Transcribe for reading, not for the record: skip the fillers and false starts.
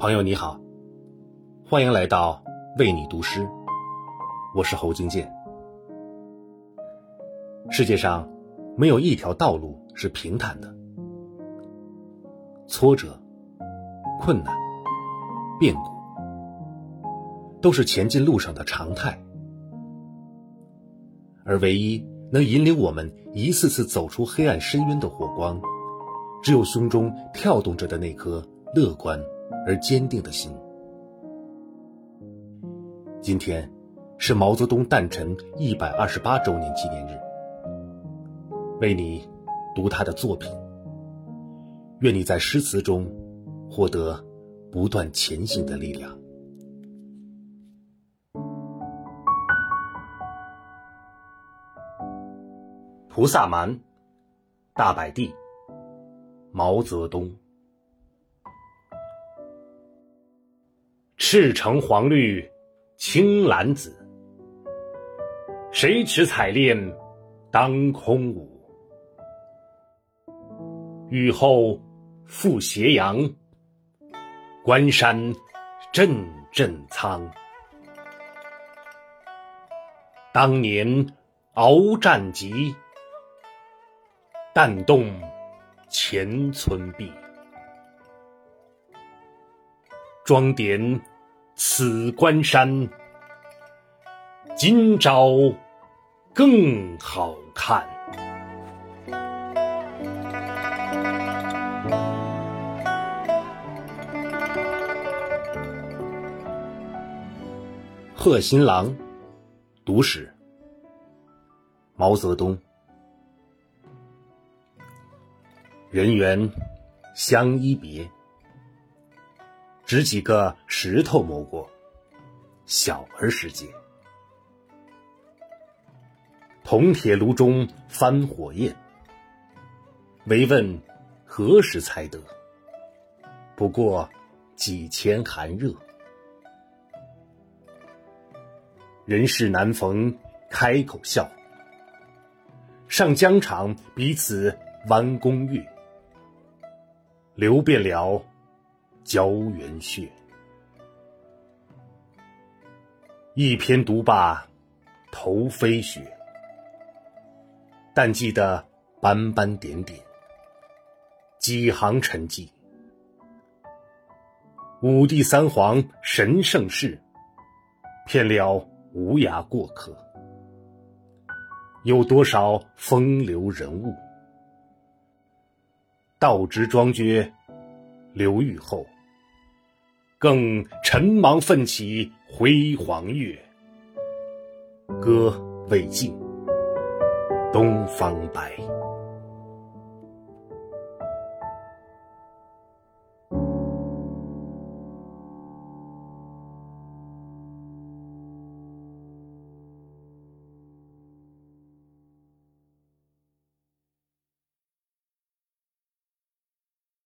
朋友你好，欢迎来到为你读诗，我是侯金健。世界上没有一条道路是平坦的，挫折、困难、变故都是前进路上的常态，而唯一能引领我们一次次走出黑暗深渊的火光，只有胸中跳动着的那颗乐观而坚定的心。今天是毛泽东诞辰128周年纪念日，为你读他的作品，愿你在诗词中获得不断前行的力量。菩萨蛮，大柏地，毛泽东。赤橙黄绿青蓝紫，谁持彩练当空舞？雨后复斜阳，关山阵阵苍。当年鏖战急，弹动前村壁。装点此关山，今朝更好看。贺新郎读史，毛泽东。人缘相依别，只几个石头磨过，小儿时节。铜铁炉中翻火焰，唯问何时才得？不过几钱寒热。人事难逢开口笑，上疆场彼此弯弓月。流遍了胶原血，一篇读罢头飞雪。但记得斑斑点点，几行沉寂。五帝三皇神圣事，骗了无涯过客。有多少风流人物，道之庄绝刘裕后，更尘芒奋起辉煌月。歌未尽东方白。